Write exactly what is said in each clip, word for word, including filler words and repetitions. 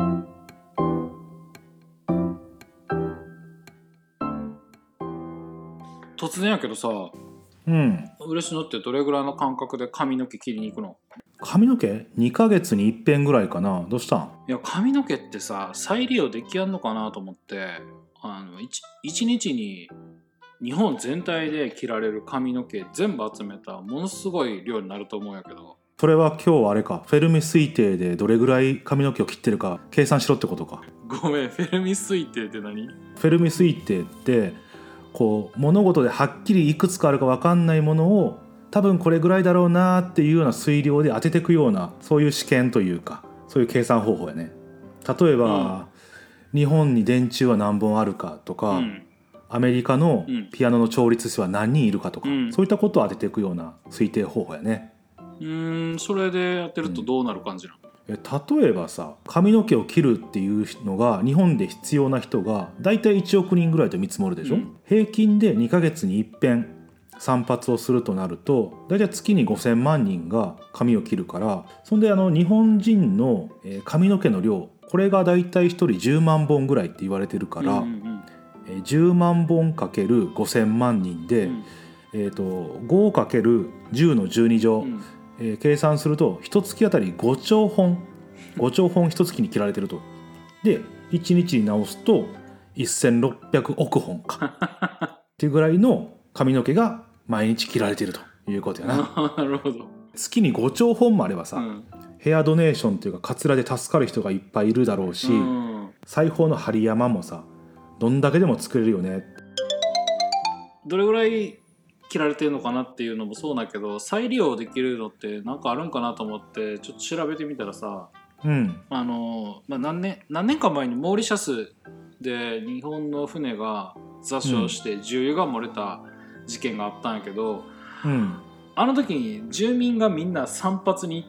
突然やけどさ、 うん。 嬉野ってどれぐらいの間隔で髪の毛切りに行くの？ 髪の毛にかげつに一遍ぐらいかな。どうしたん？ いや、髪の毛ってさ、再利用できやんのかなと思って、あの 1, 1日に日本全体で切られる髪の毛全部集めたらものすごい量になると思うんやけど。 それは今日あれか、フェルミ推定でどれぐらい髪の毛を切ってるか計算しろってことか。 ごめん、フェルミ推定って何？ フェルミ推定ってこう物事ではっきりいくつかあるか分かんないものを多分これぐらいだろうなっていうような推量で当てていくような、そういう試験というか、そういう計算方法やね。例えば、うん、日本に電柱は何本あるかとか、うん、アメリカのピアノの調律師は何人いるかとか、うん、そういったことを当てていくような推定方法やね。 うーん、それで当てるとどうなる感じなの？ うん、例えばさ、髪の毛を切るっていうのが日本で必要な人がだいたいいちおくにんぐらいと見積もるでしょ、うん、平均でにかげつに一遍散髪をするとなるとだいたい月にごせんまんにんが髪を切るから、そんであの日本人の髪の毛の量、これがだいたいひとりじゅうまんぼんぐらいって言われてるから、うんうん、じゅうまんぼんかけるごせんまんにんで、うん、えーと、ごかけるじゅうのじゅうに乗、うんえー、計算するといちがつあたりごちょうほんごちょうほんいちがつに切られてると。でいちにちに直すとせんろっぴゃくおくほんかっていうぐらいの髪の毛が毎日切られてるということやな。 なるほど。 月にごちょうほんもあればさ、うん、ヘアドネーションというかカツラで助かる人がいっぱいいるだろうし、うん、裁縫の針山もさどんだけでも作れるよね。 どれぐらい切られてるのかなっていうのもそうだけど、再利用できるのってなんかあるんかなと思ってちょっと調べてみたらさ、うん、あのまあ、何年何年か前にモーリシャスで日本の船が座礁して重油が漏れた事件があったんやけど、うん、あの時に住民がみんな散髪に行って、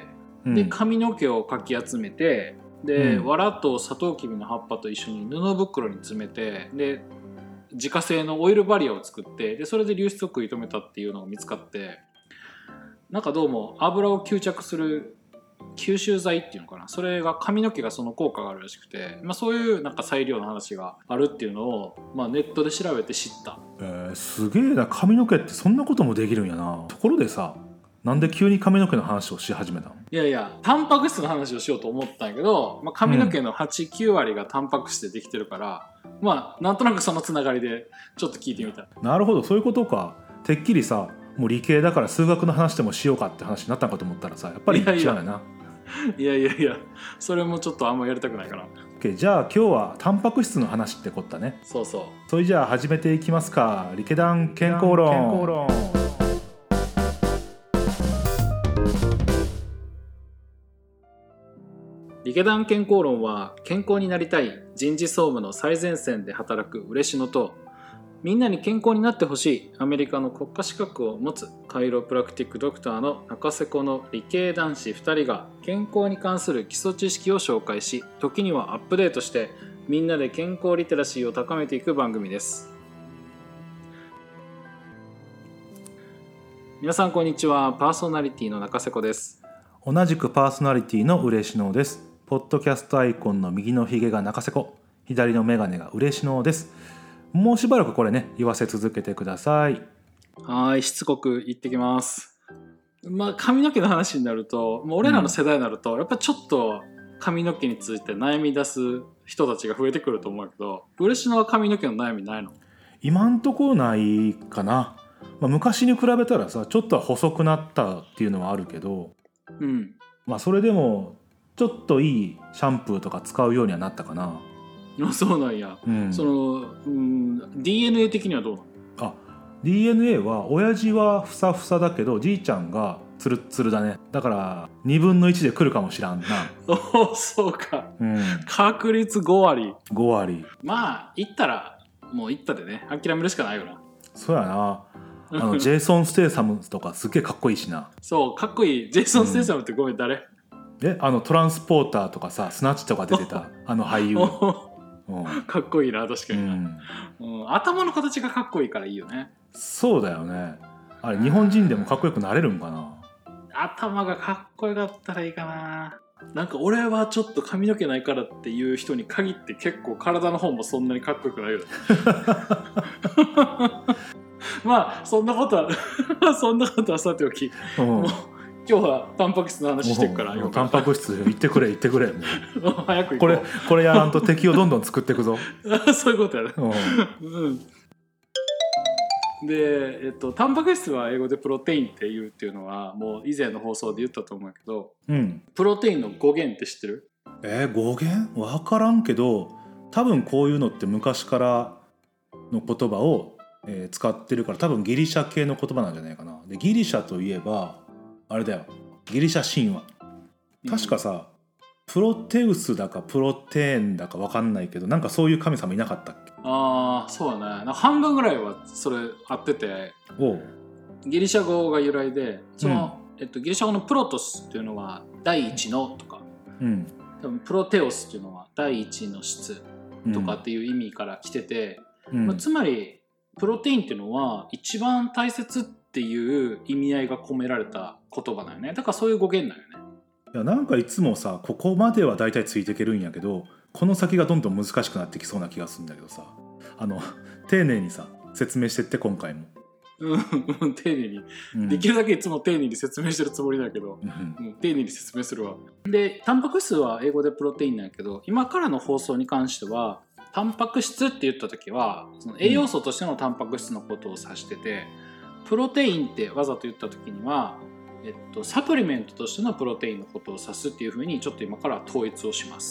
うん、で髪の毛をかき集めて、で、うん、藁とサトウキビの葉っぱと一緒に布袋に詰めて、で自家製のオイルバリアを作って、でそれで流出を食い止めたっていうのが見つかって、なんかどうも油を吸着する吸収剤っていうのかな、それが髪の毛がその効果があるらしくて、まあ、そういうなんか再利用の話があるっていうのを、まあ、ネットで調べて知った。 えー、すげえな。髪の毛ってそんなこともできるんやな。ところでさ、なんで急に髪の毛の話をし始めたの？ いやいや、タンパク質の話をしようと思ったんやけど、まあ、髪の毛の はちきゅう 割がタンパク質でできてるから、うん、まあなんとなくそのつながりでちょっと聞いてみた。 なるほど、そういうことか。てっきりさ、もう理系だから数学の話でもしようかって話になったのかと思ったらさ、やっぱり違うよな。 いやいやいや、それもちょっとあんまやりたくないから。 OK、じゃあ今日はタンパク質の話ってこったね。 そうそう。 それじゃあ始めていきますか。リケダン健康論。健康論。 リケダン健康論は、健康になりたい人事総務の最前線で働く嬉野と、みんなに健康になってほしいアメリカの国家資格を持つカイロプラクティックドクターの中瀬子の理系男子ふたりが健康に関する基礎知識を紹介し、時にはアップデートしてみんなで健康リテラシーを高めていく番組です。皆さんこんにちは。パーソナリティの中瀬子です。 同じくパーソナリティの嬉野です。ポッドキャストアイコンの右のひげが中瀬子、左のメガネが嬉野です。もうしばらくこれね言わせ続けてください。 はい、しつこく言ってきます。まあ髪の毛の話になると、もう俺らの世代になると、うん、やっぱちょっと髪の毛について悩み出す人たちが増えてくると思うけど、嬉野は髪の毛の悩みないの？ 今んとこないかな。まあ、昔に比べたらさちょっとは細くなったっていうのはあるけど、うん、まあそれでもちょっといいシャンプーとか使うようにはなったかな。 あ、そうなんや、うん、その、うん、ディーエヌエー 的にはどうなの？ あ、ディーエヌエー は親父はふさふさだけどじいちゃんがツルッツルだね。だからにぶんのいちで来るかもしらんな。 おお、そうか、うん、確率ごわり。 ごわり。 まあ行ったらもう行ったでね、諦めるしかないよな。 そうやな。あのジェイソン・ステイサムとかすっげえかっこいいしな。 そう、かっこいい。ジェイソン・ステイサムってごめん、誰？ え、あのトランスポーターとかさ、スナッチとか出てたあの俳優。 うん、かっこいいな、確かに、うんうん、頭の形がかっこいいからいいよね。 そうだよね。あれ日本人でもかっこよくなれるんかな。 頭がかっこよかったらいいかな。 なんか俺はちょっと髪の毛ないからっていう人に限って結構体の方もそんなにかっこよくないよねまあそんなことはそんなことはさておき、うん、もう今日はタンパク質の話してるからもうタンパク質言ってくれ言ってくれもう早く行こう。 これこれやらんと敵をどんどん作っていくぞそういうことやね、うんうんで、えっと、タンパク質は英語でプロテインって言うっていうのはもう以前の放送で言ったと思うけど、うん、プロテインの語源って知ってる？ えー、語源？分からんけど多分こういうのって昔からの言葉を、えー、使ってるから多分ギリシャ系の言葉なんじゃないかな。でギリシャといえばあれだよ、ギリシャ神話確かさ、うん、プロテウスだかプロテーンだか分かんないけどなんかそういう神様いなかったっけ？ ああそうだね、半分ぐらいはそれ合ってて、おうギリシャ語が由来でその、うんえっと、ギリシャ語のプロトスっていうのは第一のとか、うん、多分プロテオスっていうのは第一の質とかっていう意味から来てて、うんまあ、つまりプロテインっていうのは一番大切っていう意味合いが込められた言葉だよね。だからそういう語源だよね。 いやなんかいつもさここまではだいたいついていけるんやけどこの先がどんどん難しくなってきそうな気がするんだけどさ、あの丁寧にさ説明してって今回も。 うん丁寧に、うん、できるだけいつも丁寧に説明してるつもりだけど、うんうん、丁寧に説明するわ。でタンパク質は英語でプロテインなんやけど今からの放送に関してはタンパク質って言った時はその栄養素としてのタンパク質のことを指してて、うん、プロテインってわざと言った時にはえっと、サプリメントとしてのプロテインのことを指すっていう風にちょっと今から統一をします。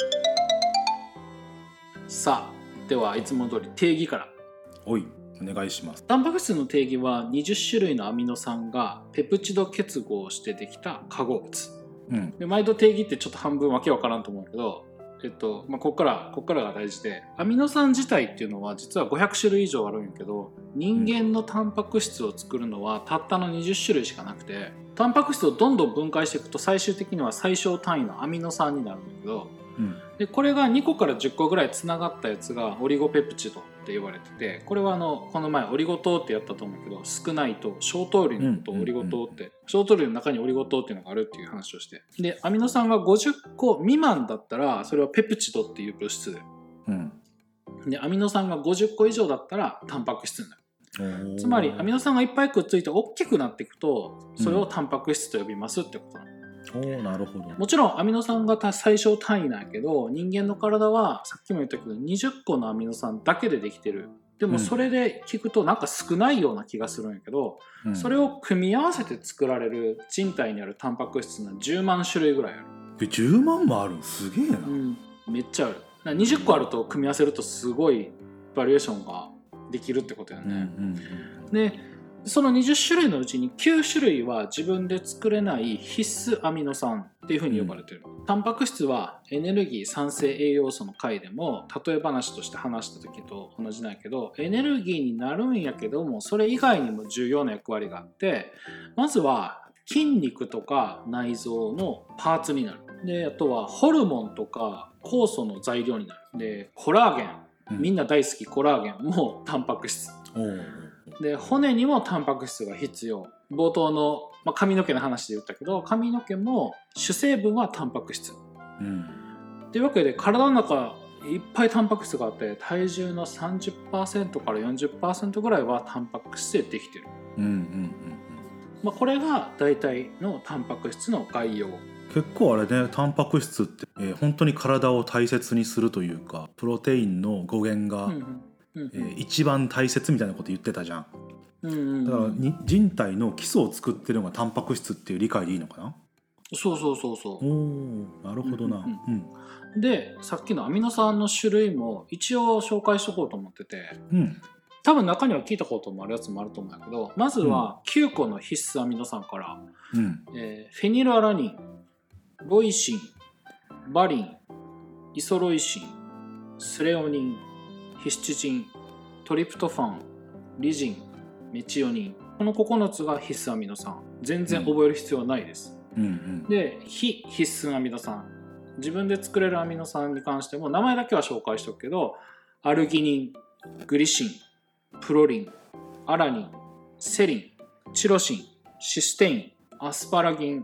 さあではいつも通り定義から。 おいお願いします。 タンパク質の定義はにじゅっしゅるいのアミノ酸がペプチド結合してできた化合物、うん、で毎度定義ってちょっと半分わけわからんと思うけど、えっとまあ、ここからここからが大事でアミノ酸自体っていうのは実はごひゃくしゅるい以上あるんやけど人間のタンパク質を作るのはたったのにじゅっしゅるいしかなくてタンパク質をどんどん分解していくと最終的には最小単位のアミノ酸になるんだけど、うん、でこれがにこからじゅっこぐらいつながったやつがオリゴペプチドって呼ばれててこれはあのこの前オリゴ糖ってやったと思うけど少ないと小糖類のことをオリゴ糖って、うんうんうん、小糖類の中にオリゴ糖っていうのがあるっていう話をしてでアミノ酸がごじゅっこ未満だったらそれはペプチドっていう物質で、うん、でアミノ酸がごじゅっこ以上だったらタンパク質になる。つまりアミノ酸がいっぱいくっついて大きくなっていくとそれをタンパク質と呼びますってことなの、 うん、おなるほど。 もちろんアミノ酸が最小単位なんやけど人間の体はさっきも言ったけどにじゅっこのアミノ酸だけでできてる。でもそれで聞くとなんか少ないような気がするんやけど、うん、それを組み合わせて作られる人体にあるタンパク質のじゅうまんしゅるいぐらいある。 えじゅうまんもある？すげえな、うん、 めっちゃある。にじゅっこあると組み合わせるとすごいバリエーションができるってことよね、うんうんうん、でそのにじゅっしゅるいのうちにきゅうしゅるいは自分で作れない必須アミノ酸っていう風に呼ばれてる、うん、タンパク質はエネルギー産生栄養素の回でも例え話として話した時と同じなんやけどエネルギーになるんやけどもそれ以外にも重要な役割があってまずは筋肉とか内臓のパーツになる。であとはホルモンとか酵素の材料になる。でコラーゲンみんな大好きコラーゲンもタンパク質、うん、で骨にもタンパク質が必要。冒頭の、まあ、髪の毛の話で言ったけど髪の毛も主成分はタンパク質、うん、というわけで体の中いっぱいタンパク質があって体重の さんじゅっパーセント から よんじゅっパーセント ぐらいはタンパク質でできてる、うんうんうんまあ、これが大体のタンパク質の概要。 結構あれねタンパク質って、えー、本当に体を大切にするというかプロテインの語源が、うんうんうんえー、一番大切みたいなこと言ってたじゃん、うんうんうん、だからに人体の基礎を作ってるのがタンパク質っていう理解でいいのかな。 そうそうそうそう。 おなるほどな、うんうんうん、でさっきのアミノ酸の種類も一応紹介しとこうと思ってて、うん、多分中には聞いたこともあるやつもあると思うんだけどまずはきゅうこの必須アミノ酸から、うんえー、フェニルアラニンロイシン、バリン、イソロイシン、スレオニン、ヒスチジン、トリプトファン、リジン、メチオニン。このここのつが必須アミノ酸。全然覚える必要はないです。うんうん、で、非必須アミノ酸。自分で作れるアミノ酸に関しても名前だけは紹介しとくけど、アルギニン、グリシン、プロリン、アラニン、セリン、チロシン、システイン、アスパラギン、グ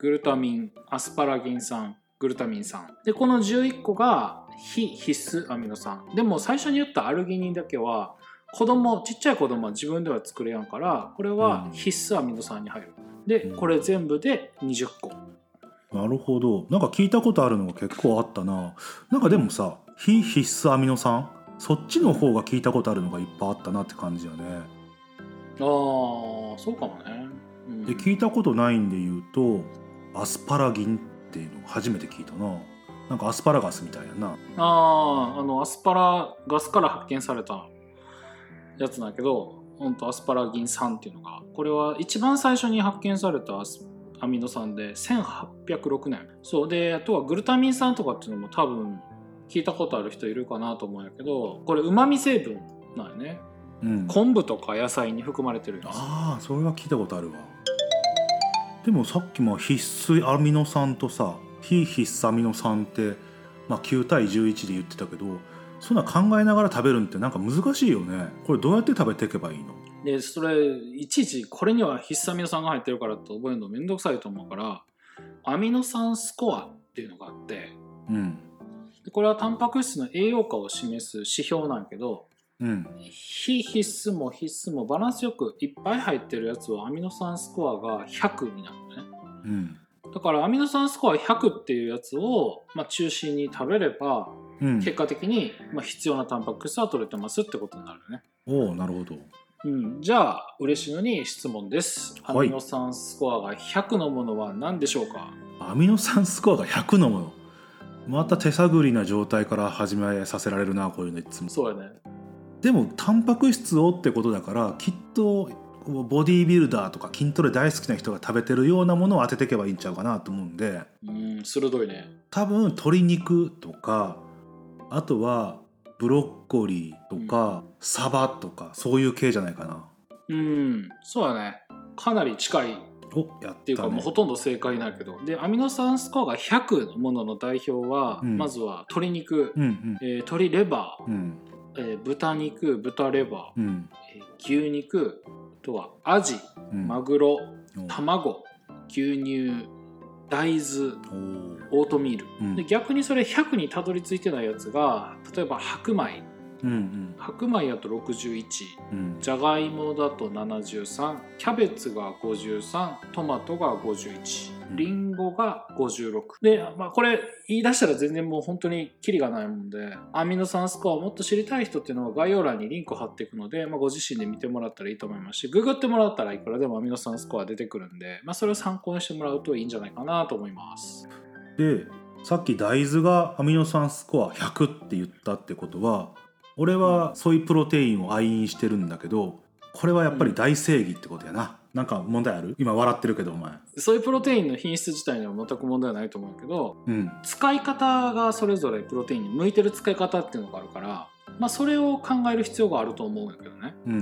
グルタミン、アスパラギン酸、グルタミン酸で、このじゅういっこが非必須アミノ酸でも、最初に言ったアルギニンだけは子供ちっちゃい子供は自分では作れやんから、これは必須アミノ酸に入る。でこれ全部でにじゅっこ。 なるほど。なんか聞いたことあるのが結構あったな。なんかでもさ、非必須アミノ酸、そっちの方が聞いたことあるのがいっぱいあったなって感じよね。 あー、そうかもね、うん、 で聞いたことないんで言うと、アスパラギンっていうのを初めて聞いたな。なんかアスパラガスみたいやな。 あー、あのアスパラガスから発見されたやつなんだけど、ほんとアスパラギン酸っていうのが、これは一番最初に発見されたアスアミノ酸でせんはっぴゃくろくねん。そうで、あとはグルタミン酸とかっていうのも多分聞いたことある人いるかなと思うんやけど、これうまみ成分なんよね、うん、昆布とか野菜に含まれてるやつ。 ああ、それは聞いたことあるわ。でもさっきも必須アミノ酸とさ非必須アミノ酸って、まあ、きゅうたいじゅういちで言ってたけど、そんな考えながら食べるのってなんか難しいよね。これどうやって食べていけばいいの？でそれいちいちこれには必須アミノ酸が入ってるからって覚えるのめんどくさいと思うから、アミノ酸スコアっていうのがあって、うん、これはタンパク質の栄養価を示す指標なんやけど、うん、非必須も必須もバランスよくいっぱい入ってるやつはアミノ酸スコアがひゃくになるのね、うん、だからアミノ酸スコアひゃくっていうやつを、まあ、中心に食べれば、うん、結果的に、まあ、必要なタンパク質は取れてますってことになるね。 おー、なるほど。 うん、じゃあ嬉しいのに質問です。アミノ酸スコアがひゃくのものは何でしょうか？ アミノ酸スコアがひゃくのもの、また手探りな状態から始めさせられるな、こういうのいつも。 そうやね。 でもタンパク質をってことだから、きっとボディービルダーとか筋トレ大好きな人が食べてるようなものを当てていけばいいんちゃうかなと思うんで。 うん、鋭いね。 多分鶏肉とか、あとはブロッコリーとか、うん、サバとかそういう系じゃないかな。 うん、そうだね。かなり近い。 お、やったね。 っていうかもうほとんど正解なんやけど、でアミノ酸スコアがひゃくのものの代表は、うん、まずは鶏肉、うんうん、えー、鶏レバー、うん、えー、豚肉、豚レバー、うん、えー、牛肉、あとはアジ、うん、マグロ、卵、牛乳、大豆、オートミール、うん、で逆にそれひゃくにたどり着いてないやつが、例えば白米、うんうん、白米だとろくじゅういち、うん、じゃがいもだとななじゅうさん、キャベツがごじゅうさん、トマトがごじゅういち、リンゴがごじゅうろくで、まあ、これ言い出したら全然もう本当にキリがないもんで、アミノ酸スコアをもっと知りたい人っていうのは概要欄にリンクを貼っていくので、まあ、ご自身で見てもらったらいいと思いますし、ググってもらったらいくらでもアミノ酸スコア出てくるんで、まあ、それを参考にしてもらうといいんじゃないかなと思います。 で、さっき大豆がアミノ酸スコアひゃくって言ったってことは、俺はソイプロテインを愛飲してるんだけど、これはやっぱり大正義ってことやな、うん、なんか問題ある？今笑ってるけどお前。 ソイプロテインの品質自体には全く問題はないと思うけど、うん、使い方がそれぞれプロテインに向いてる使い方っていうのがあるから、まあ、それを考える必要があると思うんだけどね、うんうんうん、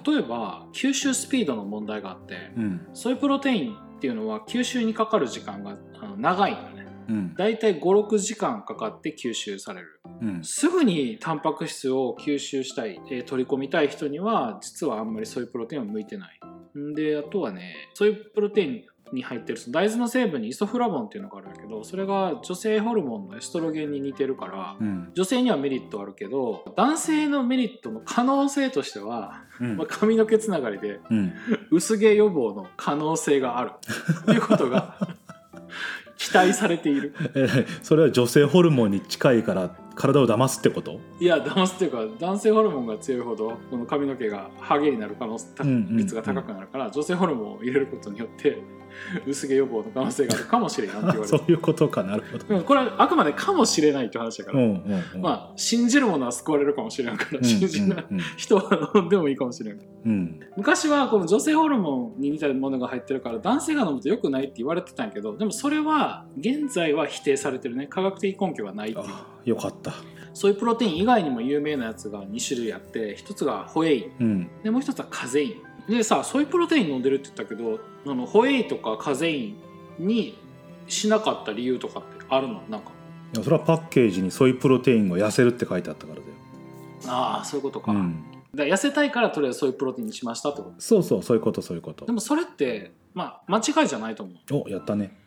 例えば吸収スピードの問題があって、うん、ソイプロテインっていうのは吸収にかかる時間が長いんだね、うん、だいたいごろくじかんかかって吸収される、うん、すぐにタンパク質を吸収したい、えー、取り込みたい人には実はあんまりソイプロテインは向いてない。で、あとはね、ソイプロテインに入ってるその大豆の成分にイソフラボンっていうのがあるんだけど、それが女性ホルモンのエストロゲンに似てるから、うん、女性にはメリットあるけど、男性のメリットの可能性としては、うんまあ、髪の毛つながりで、うん、薄毛予防の可能性があるということが期待されている。 え、それは女性ホルモンに近いから体を騙すってこと？ いや、騙すっていうか、男性ホルモンが強いほどこの髪の毛がハゲになる可能率が高くなるから、うんうんうん、女性ホルモンを入れることによって薄毛予防の可能性があるかもしれないって言われてそういうことか。なるほど。 これはあくまでかもしれないって話だから、うんうんうん、まあ信じるものは救われるかもしれないから、うんうんうん、信じない人は飲んでもいいかもしれない、うん、昔はこの女性ホルモンに似たものが入ってるから男性が飲むと良くないって言われてたんやけど、でもそれは現在は否定されてるね。科学的根拠がないっていう。あ、 よかった。 ソイプロテイン以外にも有名なやつがに種類あって、一つがホエイ、うん、でもう一つはカゼインでさ、ソイプロテイン飲んでるって言ったけど、あのホエイとかカゼインにしなかった理由とかってあるの？なんかいや、それはパッケージにソイプロテインが痩せるって書いてあったからだよ。 ああ、そういうことか、うん、だから痩せたいからとりあえずソイプロテインにしましたってこと？ そうそう、そういうことそういうこと。 でもそれってまあ間違いじゃないと思う。 お、やったね。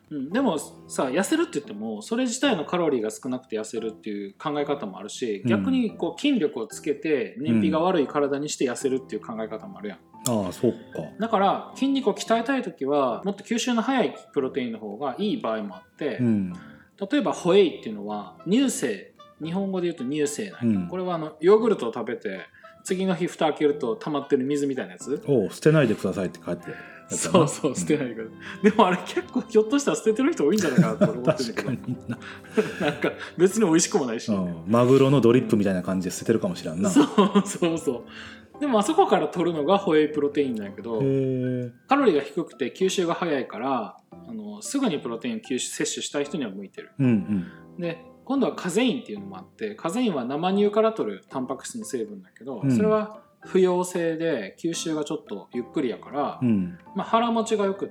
うん、でもさ痩せるって言ってもそれ自体のカロリーが少なくて痩せるっていう考え方もあるし、逆にこう筋力をつけて燃費が悪い体にして痩せるっていう考え方もあるやん、 うん、ああそうか。 だから筋肉を鍛えたい時はもっと吸収の早いプロテインの方がいい場合もあって、うん、例えばホエイっていうのは乳製、日本語で言うと乳製なんや、うん、これはあのヨーグルトを食べて次の日蓋開けると溜まってる水みたいなやつを捨てないでくださいって書いてそうそう捨てないから、うん、でもあれ結構ひょっとしたら捨ててる人多いんじゃないかなと思ってるんだけどなんか別に美味しくもないし、うん、 マグロのドリップみたいな感じで捨ててるかもしれんな。 そうそうそうでもあそこから取るのがホエイプロテインなんやけど、カロリーが低くて吸収が早いからあのすぐにプロテインを吸収摂取したい人には向いてる、うんうん、で今度はカゼインっていうのもあって、カゼインは生乳から取るタンパク質の成分だけど、うん、それは不溶性で吸収がちょっとゆっくりやから、うんまあ、腹持ちがよくって、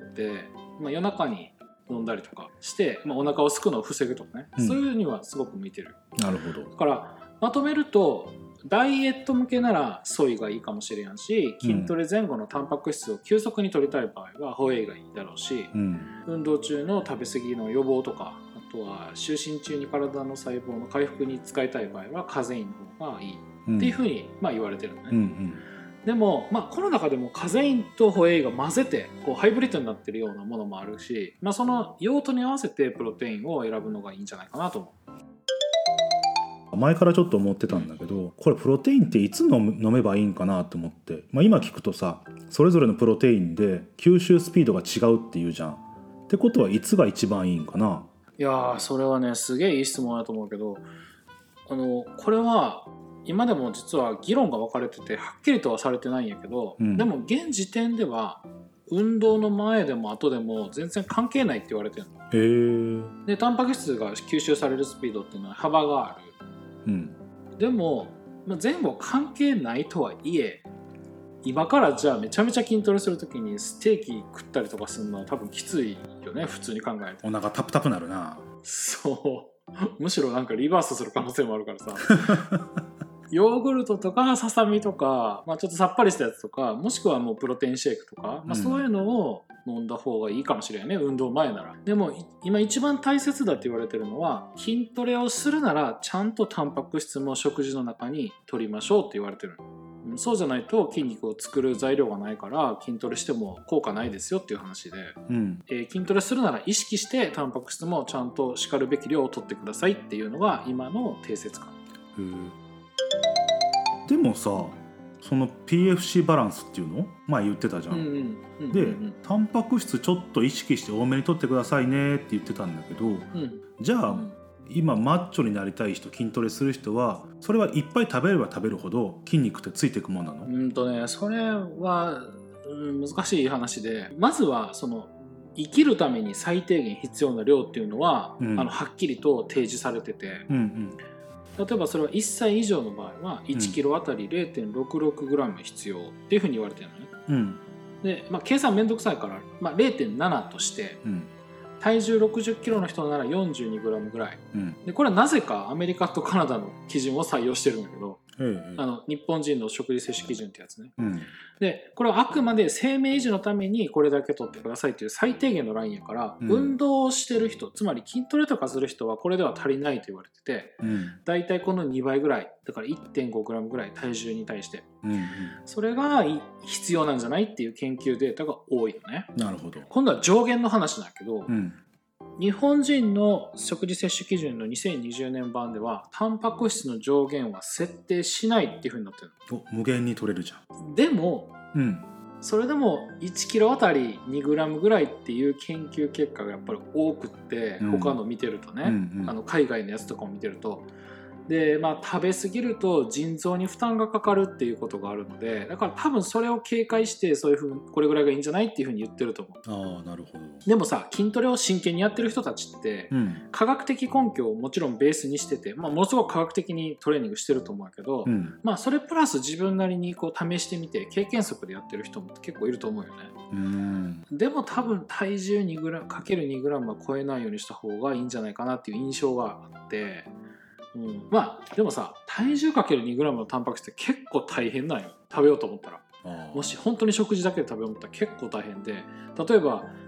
まあ、夜中に飲んだりとかして、まあ、お腹をすくのを防ぐとかね、うん、そういうにはすごく向いてる。 なるほど。 だからまとめるとダイエット向けならソイがいいかもしれんし、筋トレ前後のタンパク質を急速に取りたい場合はホエイがいいだろうし、うん、運動中の食べ過ぎの予防とか、あとは就寝中に体の細胞の回復に使いたい場合はカゼインの方がいいっていうふうにまあ言われてるのね、うんうん、でも、まあ、この中でもカゼインとホエイが混ぜてこうハイブリッドになってるようなものもあるし、まあ、その用途に合わせてプロテインを選ぶのがいいんじゃないかなと思う。 前からちょっと思ってたんだけど、これプロテインっていつ飲めばいいんかなと思って、まあ、今聞くとさそれぞれのプロテインで吸収スピードが違うっていうじゃん。ってことはいつが一番いいんかな。 いやーそれはねすげえいい質問だと思うけど、あのこれは今でも実は議論が分かれててはっきりとはされてないんやけど、うん、でも現時点では運動の前でも後でも全然関係ないって言われてるの。へー。でタンパク質が吸収されるスピードっていうのは幅がある、うん、でも、まあ、前後関係ないとはいえ今からじゃあめちゃめちゃ筋トレするときにステーキ食ったりとかするのは多分きついよね普通に考えて。 お腹タプタプなるな。 そうむしろなんかリバースする可能性もあるからさヨーグルトとかささみとか、まあ、ちょっとさっぱりしたやつとか、もしくはもうプロテインシェイクとか、まあ、そういうのを飲んだ方がいいかもしれないね、運動前なら。でも今一番大切だって言われてるのは、筋トレをするならちゃんとタンパク質も食事の中に取りましょうって言われてる。そうじゃないと筋肉を作る材料がないから筋トレしても効果ないですよっていう話で、うんえー、筋トレするなら意識してタンパク質もちゃんとしかるべき量を取ってくださいっていうのが今の定説感。へー。 でもさ、その ピーエフシー バランスっていうの前言ってたじゃん、うんうんうんうん、でタンパク質ちょっと意識して多めに取ってくださいねって言ってたんだけど、うん、じゃあ、うん、今マッチョになりたい人、筋トレする人はそれはいっぱい食べれば食べるほど筋肉ってついていくものなの？ うんとね、それは、うん、難しい話で、まずはその生きるために最低限必要な量っていうのは、うん、あのはっきりと提示されてて、うんうん、例えばそれはいっさい以上の場合はいちキロあたり れいてんろくろくグラム 必要っていうふうに言われてるのね、うん、で、まあ、計算めんどくさいから、まあ、れいてんなな として、うん、体重ろくじゅっキロの人なら よんじゅうにグラム ぐらい、うん、でこれはなぜかアメリカとカナダの基準を採用してるんだけど、あの日本人の食事摂取基準ってやつね、うん、でこれはあくまで生命維持のためにこれだけ取ってくださいという最低限のラインやから、うん、運動をしてる人、つまり筋トレとかする人はこれでは足りないと言われてて、うん、だいたいこのにばいぐらいだから いってんごグラム ぐらい体重に対して、うんうん、それが必要なんじゃないっていう研究データが多いのね。 なるほど。 今度は上限の話だけど、うん日本人の食事摂取基準のにせんにじゅうねん版ではタンパク質の上限は設定しないっていう風になってるの。お、無限に取れるじゃん。でも、うん、それでもいちキロあたりにグラムぐらいっていう研究結果がやっぱり多くって、うん、他の見てるとね、うんうん、あの海外のやつとかも見てるとで、まあ、食べ過ぎると腎臓に負担がかかるっていうことがあるので、だから多分それを警戒してそういうふうにこれぐらいがいいんじゃないっていうふうに言ってると思う。 ああ、なるほど。 でもさ、筋トレを真剣にやってる人たちって、うん、科学的根拠をもちろんベースにしてて、まあ、ものすごく科学的にトレーニングしてると思うけど、うん、まあそれプラス自分なりにこう試してみて経験則でやってる人も結構いると思うよね。うん、でも多分体重 にグラムかけるにグラム は超えないようにした方がいいんじゃないかなっていう印象があって、うん、まあでもさ、体重かけるにグラム のタンパク質って結構大変なんよ、食べようと思ったら。もし本当に食事だけで食べようと思ったら結構大変で、例えば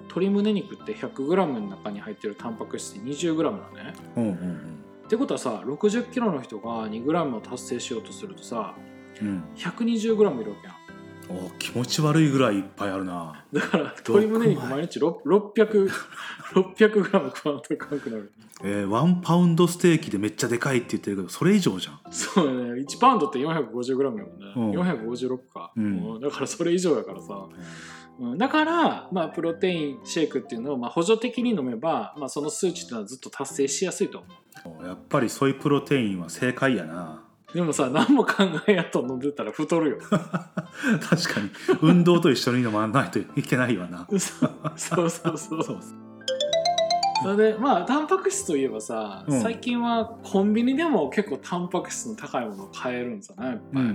鶏胸肉って ひゃくグラム の中に入ってるタンパク質って にじゅうグラム なのね、うんうんうん、ってことはさ ろくじゅっキロの人が にグラム を達成しようとするとさ、うん、ひゃくにじゅうグラム いるわけやん。 お気持ち悪いぐらいいっぱいあるな。 だから鶏胸肉毎日ろっぴゃく ろっぴゃくグラム 食わんといかんくなる。 えー、ワンパウンドステーキでめっちゃでかいって言ってるけどそれ以上じゃん。 そうね、いちパウンドって よんひゃくごじゅうグラム やもんね、うん、よんひゃくごじゅうろくか、うん、だからそれ以上やからさ、うん、だから、まあ、プロテインシェイクっていうのを、まあ、補助的に飲めば、まあ、その数値っていうのはずっと達成しやすいと思う。やっぱりソイプロテインは正解やな。 でもさ何も考えやと飲んでたら太るよ。 確かに運動と一緒に飲まないといけないわな。 そうそうそうそう。それでまあタンパク質といえばさ、うん、最近はコンビニでも結構タンパク質の高いものを買えるんですよね、やっぱり、うんうん、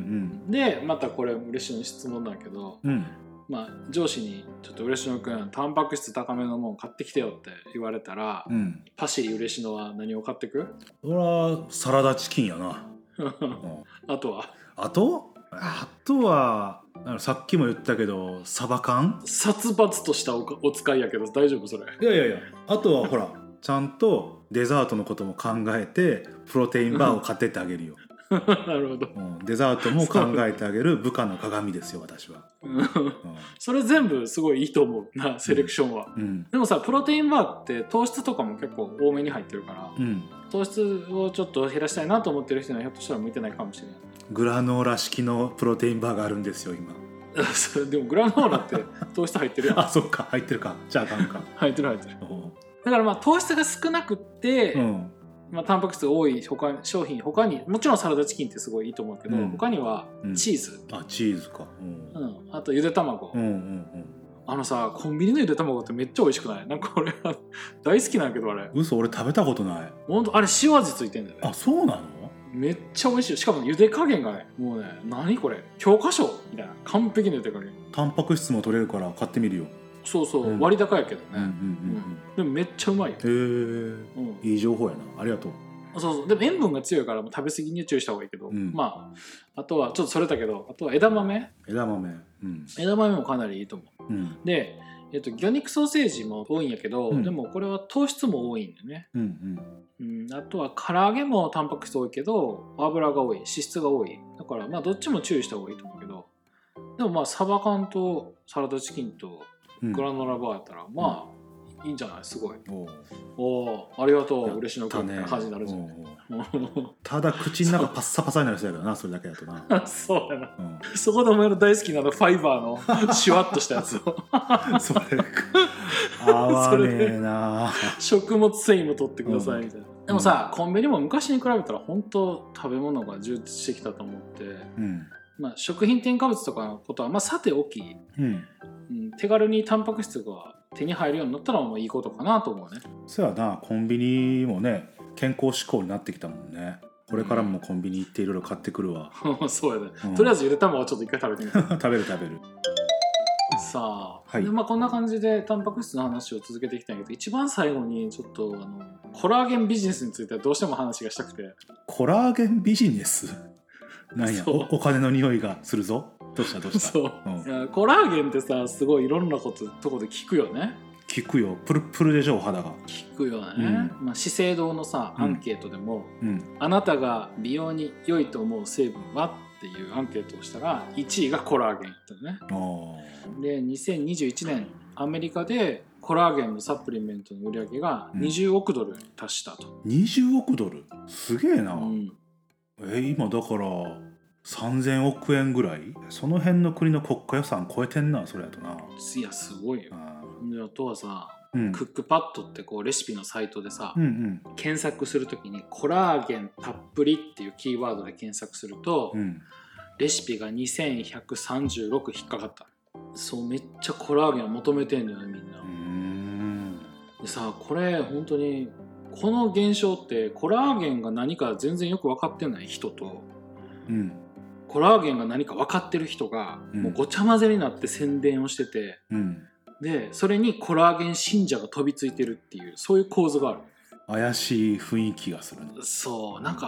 でまたこれ嬉しいの質問だけど、うん、まあ上司にちょっと嬉野くんタンパク質高めのもの買ってきてよって言われたら、うん、パシリ嬉野は何を買ってく？ 俺はサラダチキンやな。 あとはあとあとはさっきも言ったけどサバ缶殺伐とした お, お使いやけど大丈夫それ？ いやいやいや、あとはほらちゃんとデザートのことも考えてプロテインバーを買ってってあげるよ。 なるほど、 うん、デザートも考えてあげる部下の鏡ですよ私は。うん、 それ全部すごいいいと思うなセレクションは、うんうん、でもさプロテインバーって糖質とかも結構多めに入ってるから、うん、糖質をちょっと減らしたいなと思ってる人にはひょっとしたら向いてないかもしれない。 グラノーラ式のプロテインバーがあるんですよ今。 でもグラノーラって糖質入ってるやん。 あ、そっか入ってるか。じゃああかんか。 入ってる入ってる。だからまあ糖質が少なくって、うんまあ、タンパク質が多い他商品他にもちろんサラダチキンってすごいいいと思うけど、うん、他にはチーズ、 うん、あチーズか、 うんうん、あとゆで卵、うんうんうん、あのさコンビニのゆで卵ってめっちゃ美味しくない？なんか俺は大好きなんやけどあれ。 嘘俺食べたことない。 ほんとあれ塩味ついてんだよね。 あそうなの？ めっちゃ美味しい。しかも茹で加減がねもうね何これ教科書みたいな完璧な茹で加減。 タンパク質も取れるから買ってみるよ。 そうそう、うん、割高やけどね、うんうんうんうん、でもめっちゃうまいよ。へえ、 うん、いい情報やなありがとう。 そうそうでも塩分が強いからもう食べ過ぎに注意した方がいいけど、うん、まああとはちょっとそれだけどあとは枝豆枝豆、うん、 枝豆もかなりいいと思う、うん、で、えっと、魚肉ソーセージも多いんやけど、うん、でもこれは糖質も多いんだよね、うんうんうん、あとは唐揚げもタンパク質多いけど油が多い脂質が多いだからまあどっちも注意した方がいいと思うけどでもまあサバ缶とサラダチキンとグラノラバーやったら、うん、まあいいんじゃない？すごい。おおありがとう嬉野くんって感じになるじゃん。 ただ口の中パッサパサになる人やからなそれだけだとな。 そうやな、うん、そこでお前の大好きなのファイバーのシュワッとしたやつをそれ合わねえな。 食物繊維も取ってくださいみたいな、うん、でもさコンビニも昔に比べたら本当食べ物が充実してきたと思って、うんまあ、食品添加物とかのことはまあさておき、うんうん、手軽にタンパク質が手に入るようになったらもういいことかなと思うね。 そうやなコンビニもね健康志向になってきたもんね。これからもコンビニ行っていろいろ買ってくるわ、 うん、そうやね、うん、とりあえずゆで卵をちょっと一回食べてみて食べる食べるさあ、はいでまあ、こんな感じでタンパク質の話を続けていきたいんだけど一番最後にちょっとあのコラーゲンビジネスについてはどうしても話がしたくて。 コラーゲンビジネスなんや お, お金の匂いがするぞ。どうしたどうした。そう、 うん、いやコラーゲンってさすごいいろんなこととこで聞くよね。 聞くよプルプルでしょ肌が。 聞くよね、うんまあ、資生堂のさアンケートでも、うん、あなたが美容に良いと思う成分はっていうアンケートをしたらいちいがコラーゲンだね。でにせんにじゅういちねんアメリカでコラーゲンのサプリメントの売り上げがにじゅうおくドルに達したと、 うん、にじゅうおくドルすげえな、うん、え今だからさんぜんおくえんぐらいその辺の国の国家予算超えてんなそれやとな。 いやすごいよ。であとはさ、うん、クックパッドってこうレシピのサイトでさ、うんうん、検索するときにコラーゲンたっぷりっていうキーワードで検索すると、うん、レシピがにせんひゃくさんじゅうろく引っかかった。そうめっちゃコラーゲンを求めてんだよねみんな。うーんでさこれ本当にこの現象ってコラーゲンが何か全然よく分かってない人と、うん、コラーゲンが何か分かってる人がもうごちゃ混ぜになって宣伝をしてて、うん、でそれにコラーゲン信者が飛びついてるっていうそういう構図がある。 怪しい雰囲気がする。 そうなんか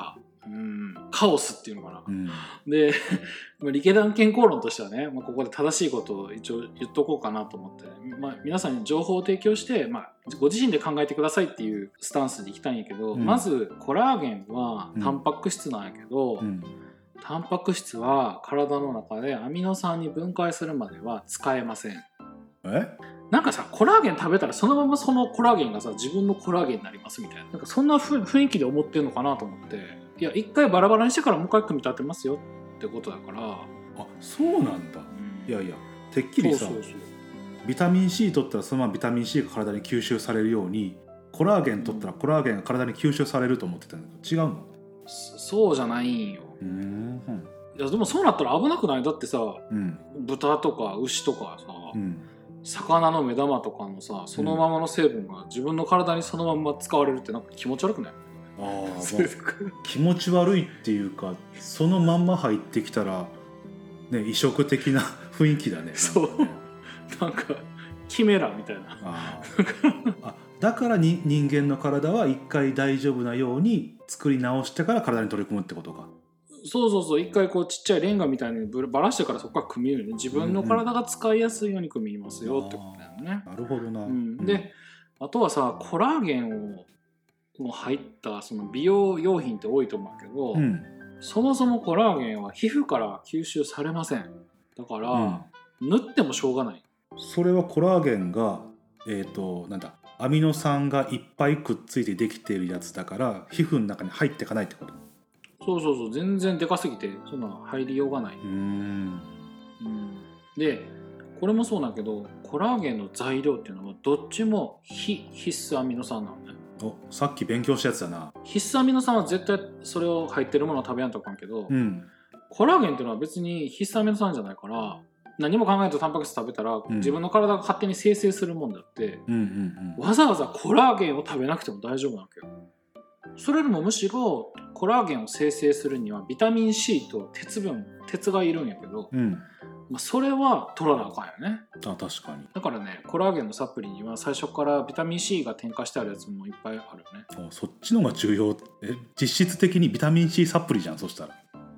うん、カオスっていうのかな、 うん、 で理系団健康論としてはね、まあ、ここで正しいことを一応言っとこうかなと思って、まあ、皆さんに情報を提供して、まあ、ご自身で考えてくださいっていうスタンスでいきたいんやけど、うん、まずコラーゲンはタンパク質なんやけど、うん、タンパク質は体の中でアミノ酸に分解するまでは使えません。 えなんかさ、コラーゲン食べたらそのままそのコラーゲンがさ自分のコラーゲンになりますみたいな、なんかそんな雰囲気で思ってるのかなと思って、いや一回バラバラにしてからもう一回組み立てますよってことだから。あ、 そうなんだ、うん、いやいやてっきりさ、そうそうそう、ビタミン C 取ったらそのままビタミン C が体に吸収されるようにコラーゲン取ったらコラーゲンが体に吸収されると思ってたんだけど、違うの？ そうじゃないんよ。うーん、いやでもそうなったら危なくない？だってさ、うん、豚とか牛とかさ、うん、魚の目玉とかのさそのままの成分が自分の体にそのまま使われるってなんか気持ち悪くない？ あ気持ち悪いっていうか、そのまんま入ってきたら、ね、異色的な雰囲気だね。 そうなんかキメラみたいな。 ああだからに人間の体は一回大丈夫なように作り直してから体に取り組むってことか。 そうそうそう、一回こうちっちゃいレンガみたいにばらしてからそこから組みるよね。自分の体が使いやすいように組みますよってことだよね。 なるほどな、 うん、であとはさコラーゲンをもう入ったその美容用品って多いと思うけど、うん、そもそもコラーゲンは皮膚から吸収されません。だから、うん、塗ってもしょうがない。 それはコラーゲンが、えーと、なんだアミノ酸がいっぱいくっついてできているやつだから皮膚の中に入っていかないってこと？ そうそうそう、全然でかすぎてそんな入りようがない。うーん、うん、でこれもそうなんだけどコラーゲンの材料っていうのはどっちも非必須アミノ酸なのね。 お、さっき勉強したやつだな。 必須アミノ酸は絶対それを入ってるものを食べやんとあかんけど、うん、コラーゲンっていうのは別に必須アミノ酸じゃないから何も考えずタンパク質食べたら、うん、自分の体が勝手に生成するもんだって、うんうんうん、わざわざコラーゲンを食べなくても大丈夫なわけよ。それよりもむしろコラーゲンを生成するにはビタミン C と鉄分鉄がいるんやけど、うん、まあ、それは取らなあかんよね。 あ、確かに。 だからねコラーゲンのサプリには最初からビタミン C が添加してあるやつもいっぱいあるよね。 あ、そっちのが重要。え、実質的にビタミン C サプリじゃんそしたら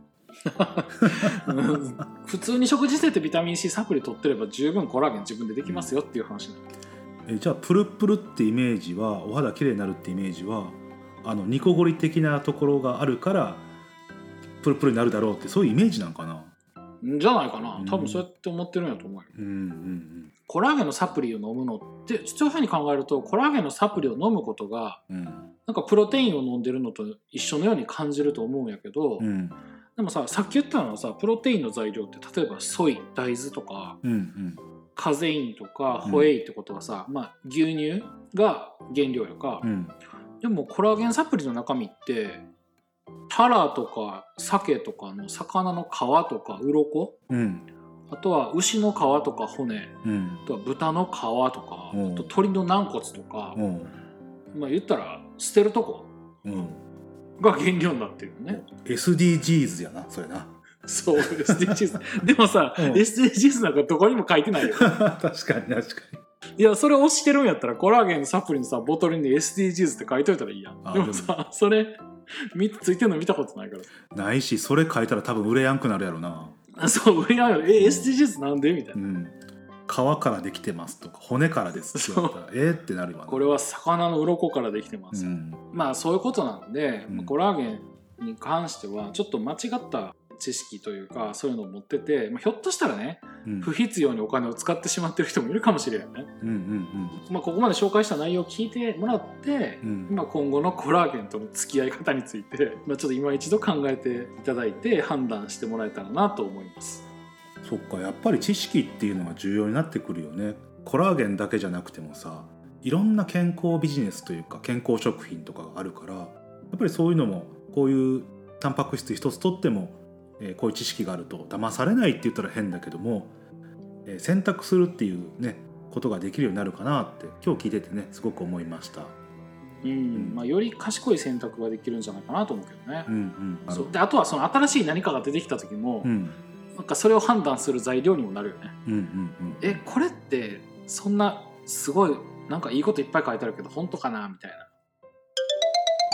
普通に食事しててビタミン C サプリ取ってれば十分コラーゲン自分でできますよっていう話なんだ。 え、じゃあプルプルってイメージはお肌きれいになるってイメージはあのニコゴリ的なところがあるからプルプルになるだろうってそういうイメージなんかな。 じゃないかな、多分そうやって思ってるんやと思うよ、うんうんうん、コラーゲンのサプリを飲むのってそういうふうに考えるとコラーゲンのサプリを飲むことが、うん、なんかプロテインを飲んでるのと一緒のように感じると思うんやけど、うん、でもささっき言ったのはさプロテインの材料って例えばソイ大豆とか、うんうん、カゼインとかホエイってことはさ、うん、まあ、牛乳が原料やか、うん、でもコラーゲンサプリの中身ってタラとか鮭とかの魚の皮とか鱗、うん、あとは牛の皮とか骨、うん、あとは豚の皮とか、うん、あと鳥の軟骨とか、うん、まあ言ったら捨てるとこ、うん、が原料になってるよね。 エスディージーズ やなそれな。 そう エスディージーズ でもさ、うん、エスディージーズ なんかどこにも書いてないよ確かに確かに。 いやそれ押してるんやったらコラーゲンのサプリのさボトルに エスディージーズ って書いといたらいいやん。でもさそれついてるの見たことないからないし、それ書いたら多分売れやんくなるやろな。 そう売れやんよ。え エスディージーズ なんでみたいな、うん、 皮からできてますとか骨からですって言ったらえーってなるわ、ね、 これは魚の鱗からできてます、うん、まあそういうことなんで、うん、コラーゲンに関してはちょっと間違った知識というかそういうのを持ってて、まあ、ひょっとしたらね、うん、不必要にお金を使ってしまってる人もいるかもしれないね、うんうんうんまあ、ここまで紹介した内容を聞いてもらって、うんまあ、今後のコラーゲンとの付き合い方について、まあ、ちょっと今一度考えていただいて判断してもらえたらなと思います。 そっか、やっぱり知識っていうのが重要になってくるよね。コラーゲンだけじゃなくてもさ、いろんな健康ビジネスというか健康食品とかがあるから、やっぱりそういうのもこういうタンパク質一つとってもえー、こういう知識があると騙されないって言ったら変だけども、えー、選択するっていうねことができるようになるかなって今日聞いててねすごく思いました。 うんうんまあ、より賢い選択ができるんじゃないかなと思うけどね、うんうん、そうであとはその新しい何かが出てきた時も、うん、なんかそれを判断する材料にもなるよね、うんうんうん、えこれってそんなすごいなんかいいこといっぱい書いてあるけど本当かなみたいな。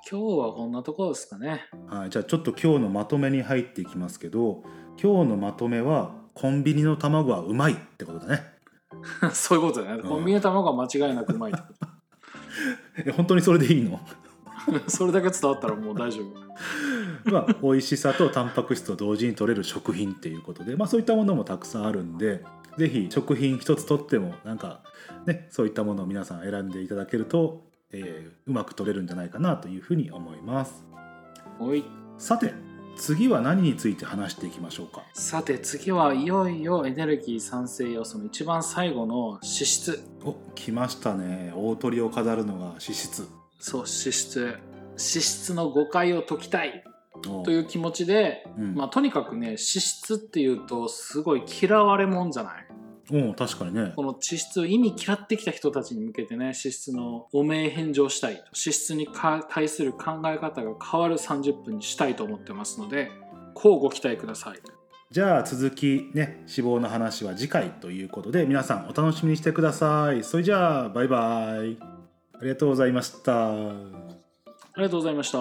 今日はこんなところですかね。 はい、じゃあちょっと今日のまとめに入っていきますけど、今日のまとめはコンビニの卵はうまいってことだね。 そういうことだね、うん、コンビニの卵は間違いなくうまいってことえ本当にそれでいいの？ それだけ伝わったらもう大丈夫。まあ美味しさとタンパク質と同時に取れる食品っていうことで、まあそういったものもたくさんあるんで、ぜひ食品一つとってもなんかね、そういったものを皆さん選んでいただけると、えー、うまく取れるんじゃないかなというふうに思います。 おい。 さて次は何について話していきましょうか。 さて次はいよいよエネルギー産生要素の一番最後の脂質。 お、来ましたね。大鳥を飾るのが脂質。 そう、脂質脂質の誤解を解きたいという気持ちで、うん、まあとにかくね、脂質っていうとすごい嫌われもんじゃない。 お確かにね。 この脂質を意味嫌ってきた人たちに向けてね、脂質の汚名返上したい、脂質に対する考え方が変わるさんじゅっぷんにしたいと思ってますので、乞うご期待ください。 じゃあ続きね、脂肪の話は次回ということで、皆さんお楽しみにしてください。それじゃあバイバイ。ありがとうございました。ありがとうございました。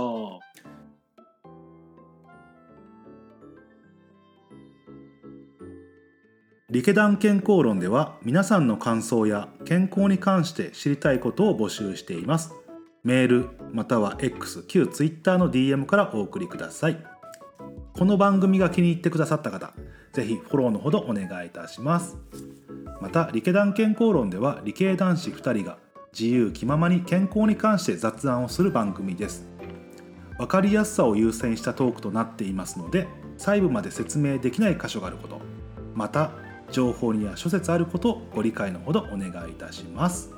リケダン健康論では皆さんの感想や健康に関して知りたいことを募集しています。メールまたは X 旧 Twitter の ディーエム からお送りください。この番組が気に入ってくださった方、ぜひフォローのほどお願いいたします。またリケダン健康論では理系男子ふたりが自由気ままに健康に関して雑談をする番組です。わかりやすさを優先したトークとなっていますので、細部まで説明できない箇所があること、また情報には諸説あることをご理解のほどお願いいたします。